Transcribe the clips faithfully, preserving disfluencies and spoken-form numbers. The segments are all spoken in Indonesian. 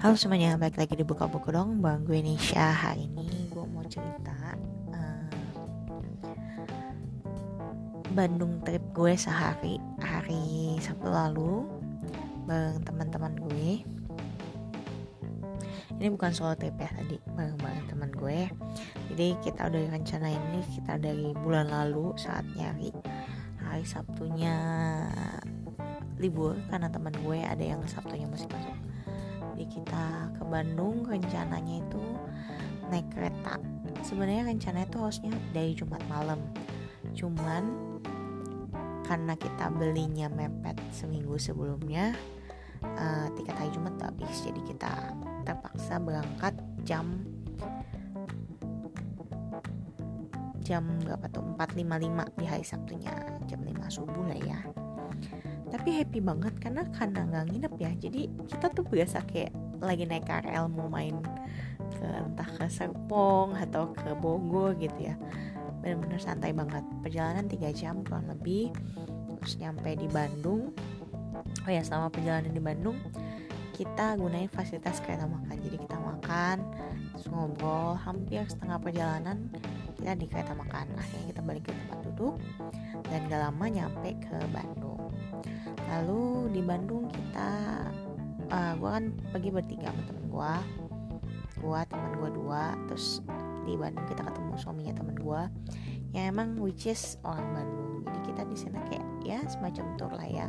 Halo semuanya, balik lagi di Buka Buku Dong. Bang, gue Nisha. Hari ini gue mau cerita uh, Bandung trip gue sehari hari Sabtu lalu bareng teman-teman gue. Ini bukan solo trip ya, tadi bareng-bareng teman gue. Jadi kita udah rencana ini kita dari bulan lalu saat nyari hari Sabtunya libur, karena teman gue ada yang Sabtunya masih masuk. Jadi kita ke Bandung, rencananya itu naik kereta. Sebenarnya rencananya itu harusnya dari Jumat malam, cuman karena kita belinya mepet seminggu sebelumnya, uh, tiket hari Jumat udah habis. Jadi kita terpaksa berangkat jam jam berapa tuh, empat lima puluh lima di hari Sabtunya, jam lima subuh lah ya. Tapi happy banget karena karena nggak nginep ya, jadi kita tuh berasa kayak lagi naik K R L mau main ke entah ke Serpong atau ke Bogor gitu ya. Benar-benar santai banget. Perjalanan tiga jam kurang lebih, terus nyampe di Bandung. Oh ya, selama perjalanan di Bandung kita gunain fasilitas kereta makan. Jadi kita makan, terus ngobrol, hampir setengah perjalanan kita di kereta makan. Akhirnya kita balik ke tempat duduk dan gak lama nyampe ke Bandung. Lalu di Bandung kita uh, gue kan pergi bertiga sama temen gue gue temen gue dua. Terus di Bandung kita ketemu suaminya temen gue yang emang which is orang Bandung. Jadi kita di sana kayak ya semacam tour lah ya.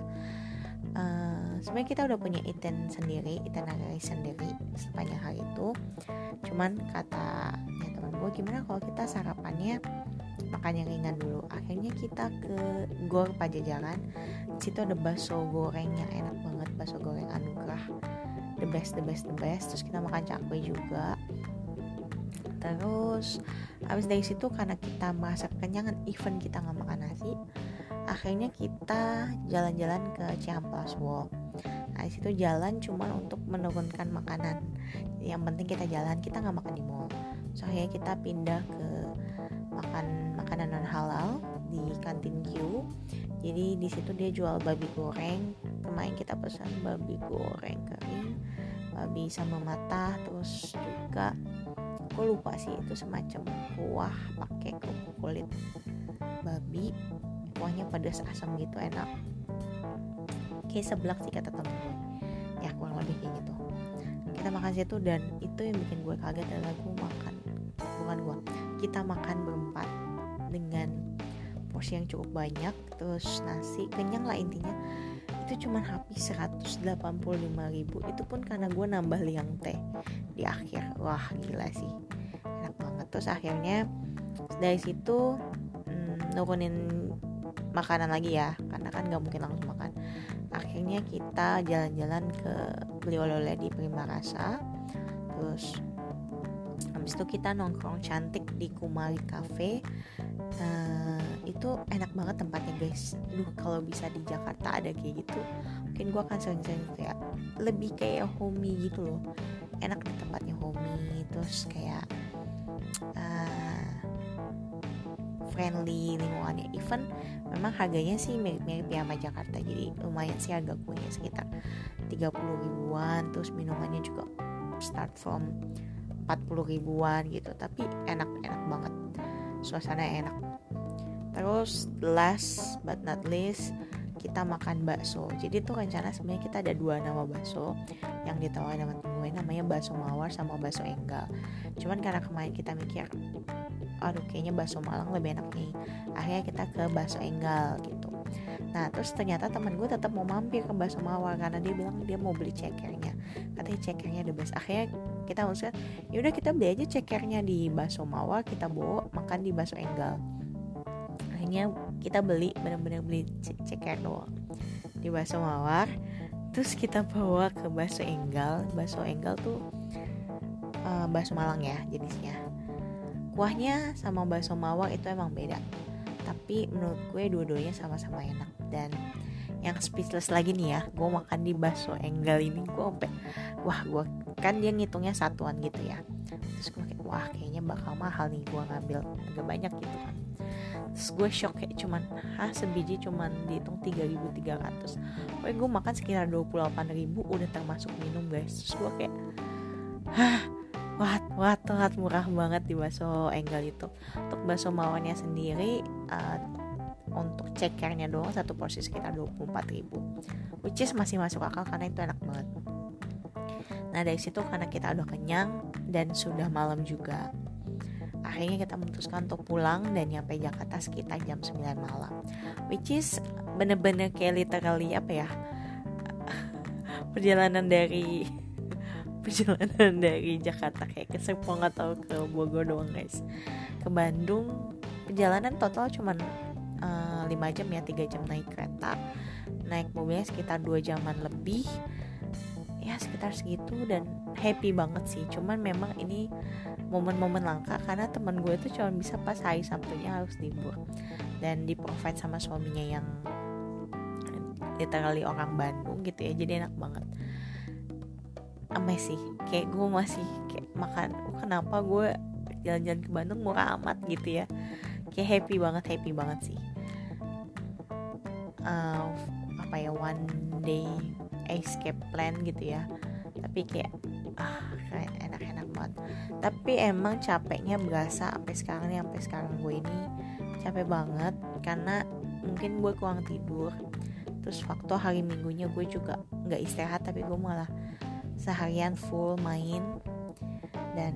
Uh, sebenarnya kita udah punya iten sendiri, itinerary sendiri sepanjang hari itu. Cuman katanya temen gue, gimana kalau kita sarapannya makan yang ringan dulu. Akhirnya kita ke Gor Pajajaran. Di situ ada bakso goreng yang enak banget, bakso goreng Anugrah, the best the best the best. Terus kita makan cakwe juga. Terus habis dari situ karena kita merasa kekenyangan, even kita nggak makan nasi, akhirnya kita jalan-jalan ke Cihampelas Walk. Nah di situ jalan cuma untuk menurunkan makanan. Yang penting kita jalan, kita nggak makan di mall. So akhirnya kita pindah ke makan makanan non halal di kantin Q. Jadi di situ dia jual babi goreng. Kemarin kita pesan babi goreng kering, babi sama mata, terus juga aku lupa sih itu semacam kuah pakai kerupuk kulit babi. Kuahnya pedas asam gitu, enak. Kayak seblak sih kata temen gue. Ya kurang lebih kayak gitu. Kita makan situ dan itu yang bikin gue kaget adalah gue makan, bukan gue, kita makan berempat dengan porsi yang cukup banyak, terus nasi, kenyang lah intinya. Itu cuma habis seratus delapan puluh lima ribu. Itu pun karena gue nambah liang teh di akhir. Wah gila sih, enak banget. Terus akhirnya dari situ hmm, nurunin makanan lagi ya, karena kan gak mungkin langsung makan. Akhirnya kita jalan-jalan ke beli oleh-oleh di Prima Rasa. Terus habis itu kita nongkrong cantik di Kumari Cafe. Uh, itu enak banget tempatnya guys. Duh, kalau bisa di Jakarta ada kayak gitu, mungkin gue akan sering-sering kayak lebih kayak homey gitu loh. Enak di tempatnya homey, terus kayak uh, friendly lingkungannya. Even memang harganya sih mirip-mirip ya sama Jakarta, jadi lumayan sih harga kuenya sekitar tiga puluh ribuan. Terus minumannya juga start from empat puluh ribuan gitu, tapi enak-enak banget, suasana enak. Terus last but not least kita makan bakso. Jadi tuh rencana sebenarnya kita ada dua nama bakso yang ditawarin sama temen gue, namanya bakso mawar sama bakso enggal. Cuman karena kemarin kita mikir, aduh kayaknya bakso Malang lebih enak nih, akhirnya kita ke bakso enggal gitu. Nah terus ternyata teman gue tetap mau mampir ke bakso mawar karena dia bilang dia mau beli cekernya, katanya cekernya the best. Akhirnya kita maksudnya yaudah kita beli aja cekernya di bakso mawar, kita bawa makan di bakso enggal. Akhirnya kita beli, benar-benar beli ceker doang di bakso mawar. Terus kita bawa ke bakso enggal. Bakso enggal tuh uh, bakso Malang ya jenisnya. Kuahnya sama bakso mawar itu emang beda, tapi menurut gue dua-duanya sama-sama enak. Dan yang speechless lagi nih ya, gue makan di bakso enggal ini gue sampai wah, gue kan dia ngitungnya satuan gitu ya. Terus gue kayak wah kayaknya bakal mahal nih gue ngambil agak banyak gitu kan. Terus gue shock kayak cuman hah sebiji cuman dihitung tiga ribu tiga ratus. Pokoknya gue makan sekitar dua puluh delapan ribu udah termasuk minum guys. Terus gue kayak hah what what what murah banget di bakso Enggal itu. Untuk bakso mawannya sendiri uh, untuk cekernya doang satu porsi sekitar dua puluh empat ribu, which is masih masuk akal karena itu enak banget. Nah dari situ karena kita udah kenyang dan sudah malam juga, akhirnya kita memutuskan untuk pulang dan nyampe Jakarta sekitar jam sembilan malam, which is bener-bener kayak literally apa ya, perjalanan dari perjalanan dari Jakarta kayak ke Serpong atau ke Bogor doang guys. Ke Bandung perjalanan total cuman uh, lima jam ya, tiga jam naik kereta, naik mobilnya sekitar dua jaman lebih ya, sekitar segitu. Dan happy banget sih, cuman memang ini momen-momen langka karena teman gue tuh cuma bisa pas hari Sabtunya harus libur dan di provide sama suaminya yang literally orang Bandung gitu ya, jadi enak banget. Amazing sih, kayak gue masih kayak makan, oh, kenapa gue jalan-jalan ke Bandung murah amat gitu ya, kayak happy banget happy banget sih. Uh, apa ya, one day escape plan gitu ya, tapi kayak ah kayak enak-enak banget. Tapi emang capeknya berasa sampai sekarang nih, sampai sekarang gue ini capek banget karena mungkin gue kurang tidur. Terus waktu hari Minggunya gue juga nggak istirahat, tapi gue malah seharian full main dan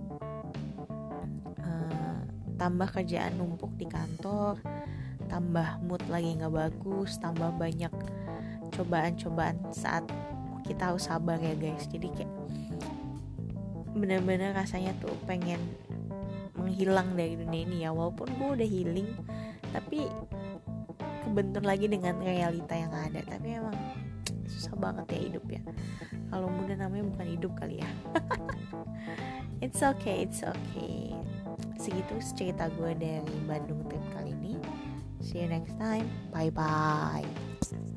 uh, tambah kerjaan numpuk di kantor, tambah mood lagi nggak bagus, tambah banyak cobaan-cobaan saat kita harus sabar ya guys. Jadi kayak benar-benar rasanya tuh pengen menghilang dari dunia ini ya, walaupun gue udah healing tapi kebentur lagi dengan realita yang ada. Tapi emang susah banget ya hidup ya, kalau muda namanya bukan hidup kali ya. It's okay, it's okay. Segitu cerita gue dari Bandung trip kali ini. See you next time, bye bye.